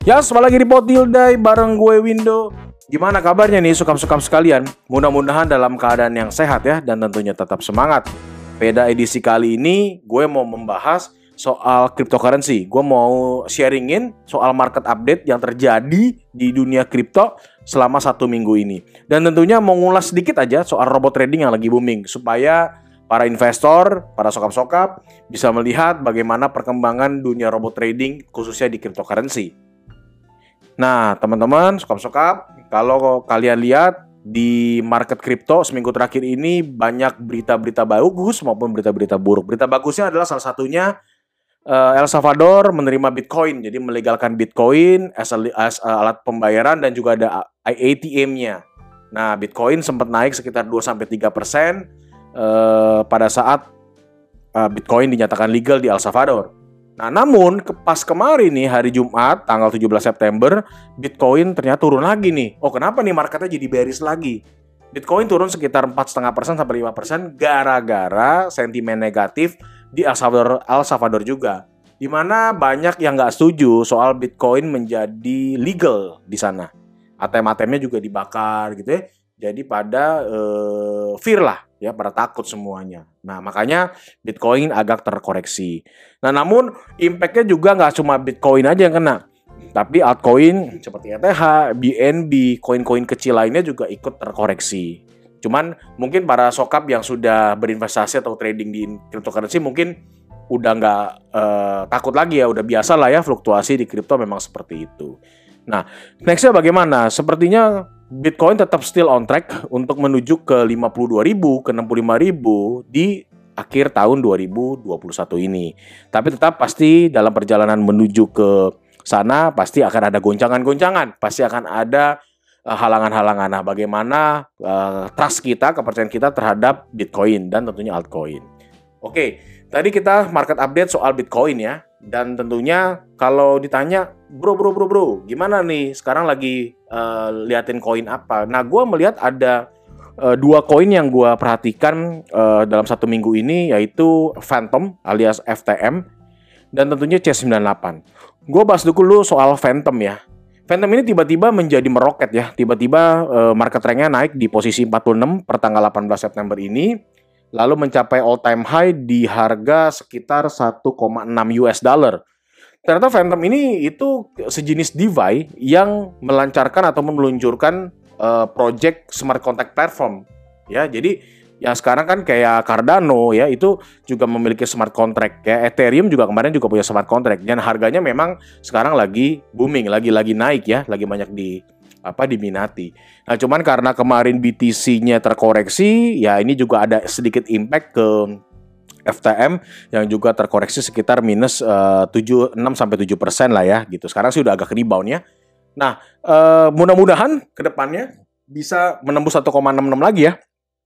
Ya, kembali lagi di Potildai bareng gue Windo. Gimana kabarnya nih sukam-sukam sekalian? Mudah-mudahan dalam keadaan yang sehat ya, dan tentunya tetap semangat. Pada edisi kali ini gue mau membahas soal cryptocurrency. Gue mau sharingin soal market update yang terjadi di dunia kripto selama 1 minggu ini. Dan tentunya mau ngulas sedikit aja soal robot trading yang lagi booming, supaya para investor, para sokap-sokap bisa melihat bagaimana perkembangan dunia robot trading khususnya di cryptocurrency. Nah, teman-teman, sokap-sokap, kalau kalian lihat di market kripto seminggu terakhir ini banyak berita-berita bagus maupun berita-berita buruk. Berita bagusnya adalah salah satunya El Salvador menerima Bitcoin, jadi melegalkan Bitcoin as alat pembayaran dan juga ada ATM-nya. Nah, Bitcoin sempat naik sekitar 2-3% pada saat Bitcoin dinyatakan legal di El Salvador. Nah, namun pas kemarin nih hari Jumat tanggal 17 September Bitcoin ternyata turun lagi nih. Oh, kenapa nih marketnya jadi bearish lagi? Bitcoin turun sekitar 4,5% sampai 5% gara-gara sentimen negatif di El Salvador juga. Dimana banyak yang nggak setuju soal Bitcoin menjadi legal di sana. ATM-ATM-nya juga dibakar gitu ya. Jadi pada fear lah ya, pada takut semuanya. Nah, makanya Bitcoin agak terkoreksi. Nah, namun impact-nya juga nggak cuma Bitcoin aja yang kena, tapi altcoin seperti ETH, BNB, koin-koin kecil lainnya juga ikut terkoreksi. Cuman mungkin para sokap yang sudah berinvestasi atau trading di cryptocurrency mungkin udah nggak takut lagi ya, udah biasa lah ya fluktuasi di kripto memang seperti itu. Nah, nextnya bagaimana? Sepertinya Bitcoin tetap still on track untuk menuju ke 52.000 ke 65.000 di akhir tahun 2021 ini. Tapi tetap pasti dalam perjalanan menuju ke sana pasti akan ada goncangan-goncangan, pasti akan ada halangan-halangan. Nah, bagaimana trust kita, kepercayaan kita terhadap Bitcoin dan tentunya altcoin. Oke, tadi kita market update soal Bitcoin ya. Dan tentunya kalau ditanya, bro, gimana nih sekarang lagi liatin koin apa? Nah, gue melihat ada 2 koin yang gue perhatikan dalam 1 minggu ini, yaitu Phantom alias FTM dan tentunya C98. Gue bahas dulu soal Phantom ya. Phantom ini tiba-tiba menjadi meroket ya. Tiba-tiba market rank-nya naik di posisi 46 per tanggal 18 September ini. Lalu mencapai all time high di harga sekitar 1,6 US dollar. Ternyata Phantom ini itu sejenis DeFi yang melancarkan atau meluncurkan project smart contract platform. Ya, jadi yang sekarang kan kayak Cardano ya, itu juga memiliki smart contract. Ya, Ethereum juga kemarin juga punya smart contract dan harganya memang sekarang lagi booming, lagi naik ya, lagi banyak diminati. Nah, cuman karena kemarin BTC-nya terkoreksi, ya ini juga ada sedikit impact ke FTM yang juga terkoreksi sekitar minus 6-7% lah ya gitu. Sekarang sih udah agak rebound ya. Nah, mudah-mudahan ke depannya bisa menembus 1,66 lagi ya.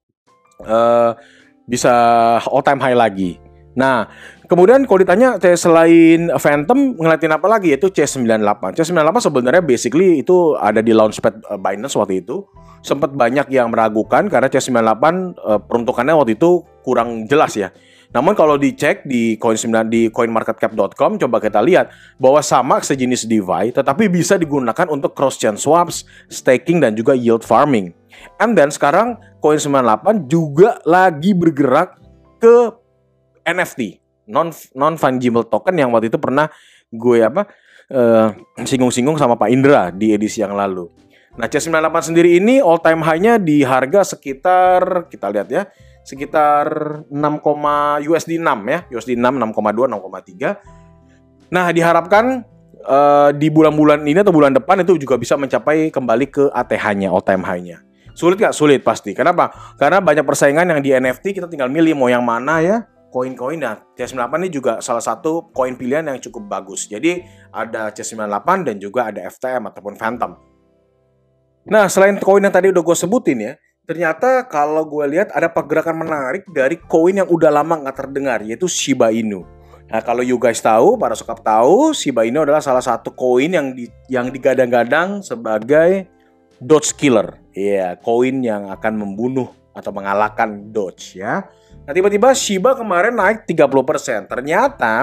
Bisa all time high lagi. Nah, kemudian kalau ditanya selain Phantom ngeliatin apa lagi, yaitu C98. C98 sebenarnya basically itu ada di launchpad Binance waktu itu. Sempat banyak yang meragukan karena C98 peruntukannya waktu itu kurang jelas ya. Namun kalau dicek di coinmarketcap.com, coba kita lihat bahwa sama sejenis DeFi tetapi bisa digunakan untuk cross-chain swaps, staking dan juga yield farming. And then sekarang Coin98 juga lagi bergerak ke NFT, non-fungible token yang waktu itu pernah gue singgung-singgung sama Pak Indra di edisi yang lalu. Nah, C98 sendiri ini all time high-nya di harga sekitar, kita lihat ya, sekitar USD 6 ya, USD 6, 6,2, 6,3. Nah, diharapkan di bulan-bulan ini atau bulan depan itu juga bisa mencapai kembali ke ATH-nya, all time high-nya. Sulit nggak? Sulit pasti. Kenapa? Karena banyak persaingan yang di NFT, kita tinggal milih mau yang mana ya, koin-koin. Nah, C98 ini juga salah satu koin pilihan yang cukup bagus. Jadi ada C98 dan juga ada FTM ataupun Phantom. Nah, selain koin yang tadi udah gue sebutin ya, ternyata kalau gue lihat ada pergerakan menarik dari koin yang udah lama nggak terdengar, yaitu Shiba Inu. Nah, kalau you guys tahu, para sokap tahu, Shiba Inu adalah salah satu koin yang digadang-gadang sebagai Doge Killer. Iya, koin yang akan membunuh atau mengalahkan Doge ya. Nah, tiba-tiba Shiba kemarin naik 30%. Ternyata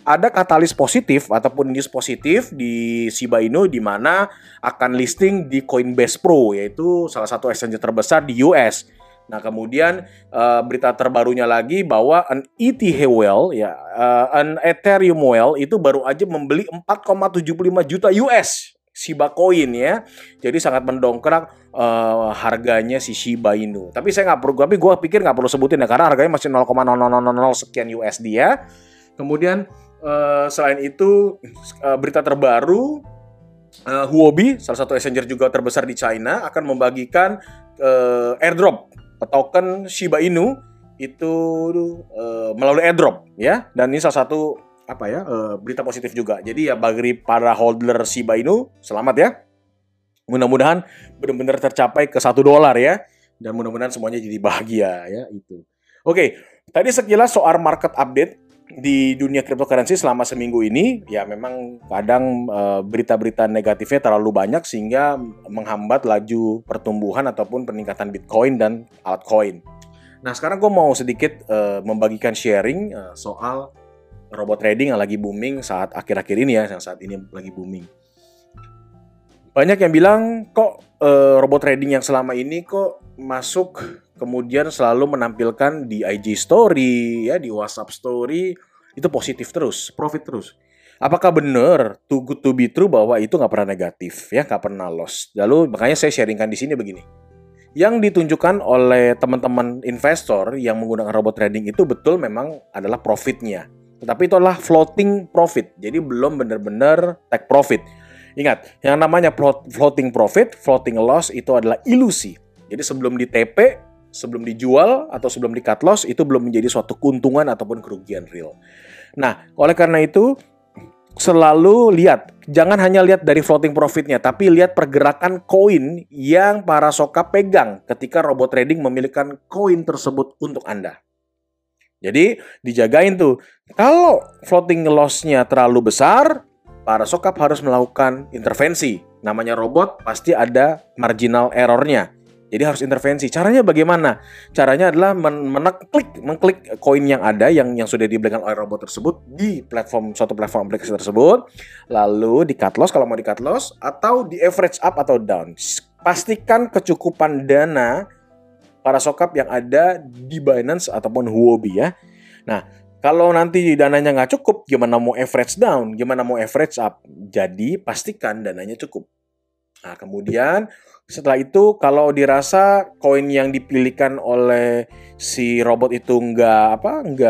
ada katalis positif ataupun news positif di Shiba Inu di mana akan listing di Coinbase Pro, yaitu salah satu exchange terbesar di US. Nah, kemudian berita terbarunya lagi bahwa an ETH whale ya, an Ethereum whale itu baru aja membeli 4,75 juta US Shiba Coin ya. Jadi sangat mendongkrak harganya si Shiba Inu. Tapi saya nggak perlu, tapi gue pikir nggak perlu sebutin ya karena harganya masih 0,0000 sekian USD ya. Kemudian selain itu berita terbaru, Huobi, salah satu exchanger juga terbesar di China, akan membagikan airdrop token Shiba Inu itu melalui airdrop ya. Dan ini salah satu berita positif juga. Jadi ya bagi para holder Shiba Inu, selamat ya. Mudah-mudahan benar-benar tercapai ke $1 ya. Dan mudah-mudahan semuanya jadi bahagia ya itu. Oke, tadi sekilas soal market update di dunia cryptocurrency selama seminggu ini. Ya memang kadang berita-berita negatifnya terlalu banyak sehingga menghambat laju pertumbuhan ataupun peningkatan Bitcoin dan altcoin. Nah sekarang gue mau sedikit membagikan sharing soal robot trading yang lagi booming saat akhir-akhir ini ya, yang saat ini lagi booming. Banyak yang bilang kok robot trading yang selama ini kok masuk kemudian selalu menampilkan di IG story ya, di WhatsApp story itu positif terus, profit terus. Apakah benar too good to be true bahwa itu nggak pernah negatif ya, nggak pernah loss? Lalu makanya saya sharingkan di sini begini. Yang ditunjukkan oleh teman-teman investor yang menggunakan robot trading itu betul memang adalah profitnya. Tetapi itu adalah floating profit. Jadi belum benar-benar take profit. Ingat, yang namanya floating profit, floating loss itu adalah ilusi. Jadi sebelum di TP, sebelum dijual atau sebelum di cut loss itu belum menjadi suatu keuntungan ataupun kerugian real. Nah, oleh karena itu selalu lihat, jangan hanya lihat dari floating profitnya, tapi lihat pergerakan koin yang para sokap pegang ketika robot trading memilihkan koin tersebut untuk Anda. Jadi dijagain tuh. Kalau floating loss-nya terlalu besar, para sokap harus melakukan intervensi. Namanya robot pasti ada marginal error-nya. Jadi harus intervensi. Caranya bagaimana? Caranya adalah mengklik koin yang ada yang sudah dibelikan oleh robot tersebut di suatu platform aplikasi tersebut. Lalu di cut loss kalau mau di cut loss atau di average up atau down. Pastikan kecukupan dana para sokap yang ada di Binance ataupun Huobi ya. Nah, kalau nanti dananya nggak cukup, gimana mau average down, gimana mau average up? Jadi pastikan dananya cukup. Nah, kemudian setelah itu kalau dirasa koin yang dipilihkan oleh si robot itu nggak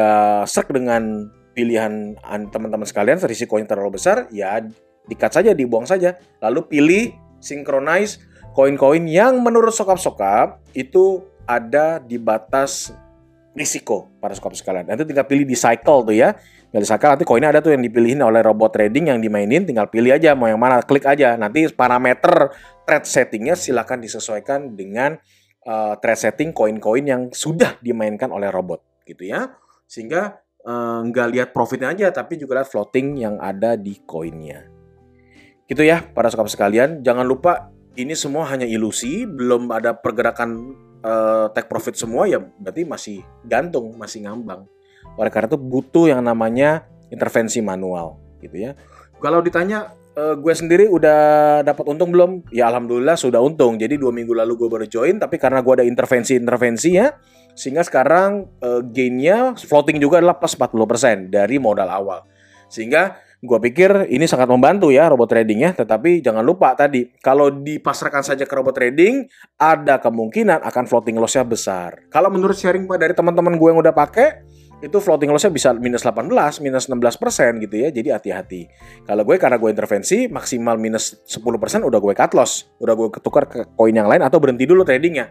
serk dengan pilihan teman-teman sekalian, risikonya terlalu besar, ya di-cut saja, dibuang saja. Lalu pilih synchronize koin-koin yang menurut sokap-sokap itu ada di batas risiko para sokap sekalian. Nanti tinggal pilih di cycle tuh ya. Tinggal di cycle nanti koinnya ada tuh yang dipilihin oleh robot trading yang dimainin, tinggal pilih aja mau yang mana, klik aja. Nanti parameter trade settingnya silakan disesuaikan dengan trade setting koin-koin yang sudah dimainkan oleh robot gitu ya. Sehingga nggak lihat profitnya aja tapi juga lihat floating yang ada di koinnya. Gitu ya para sokap sekalian. Jangan lupa ini semua hanya ilusi, belum ada pergerakan take profit semua ya berarti masih gantung, masih ngambang. Oleh karena itu butuh yang namanya intervensi manual gitu ya. Kalau ditanya gue sendiri udah dapat untung belum? Ya alhamdulillah sudah untung. Jadi 2 minggu lalu gue baru join, tapi karena gue ada intervensi ya, sehingga sekarang gainnya floating juga adalah plus 40% dari modal awal. Sehingga gue pikir ini sangat membantu ya robot trading ya. Tetapi jangan lupa tadi, kalau dipasrahkan saja ke robot trading, ada kemungkinan akan floating loss-nya besar. Kalau menurut sharing dari teman-teman gue yang udah pakai, itu floating loss-nya bisa minus 18, minus 16% gitu ya. Jadi hati-hati. Kalau gue karena gue intervensi, maksimal minus 10% udah gue cut loss. Udah gue ketukar ke koin yang lain atau berhenti dulu tradingnya.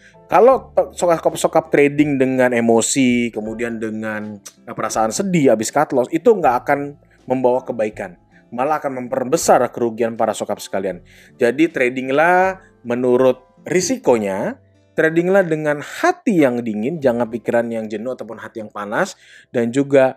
Kalau sokap trading dengan emosi, kemudian dengan perasaan sedih habis cut loss, itu nggak akan membawa kebaikan, malah akan memperbesar kerugian para sokap sekalian. Jadi tradinglah menurut risikonya, tradinglah dengan hati yang dingin, jangan pikiran yang jenuh ataupun hati yang panas, dan juga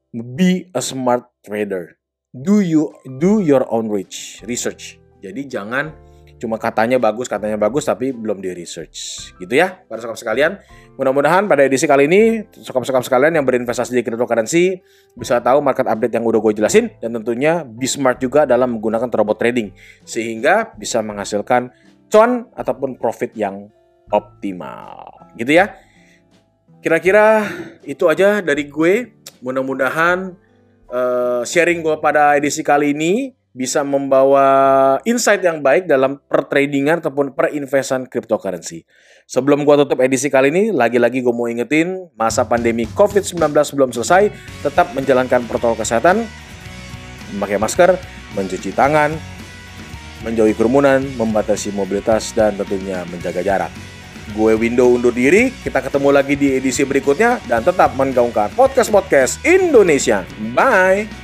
be a smart trader. Do your own research. Jadi jangan Cuma katanya bagus, tapi belum di research. Gitu ya, para sokap sekalian. Mudah-mudahan pada edisi kali ini, sokap-sokap sekalian yang berinvestasi di cryptocurrency bisa tahu market update yang udah gue jelasin. Dan tentunya be smart juga dalam menggunakan robot trading. Sehingga bisa menghasilkan cuan ataupun profit yang optimal. Gitu ya. Kira-kira itu aja dari gue. Mudah-mudahan sharing gue pada edisi kali ini bisa membawa insight yang baik dalam pertradingan ataupun perinvestan cryptocurrency. Sebelum gue tutup edisi kali ini, lagi-lagi gue mau ingetin masa pandemi COVID-19 belum selesai, tetap menjalankan protokol kesehatan, memakai masker, mencuci tangan, menjauhi kerumunan, membatasi mobilitas, dan tentunya menjaga jarak. Gue Windo undur diri, kita ketemu lagi di edisi berikutnya, dan tetap menggaungkan podcast Indonesia. Bye!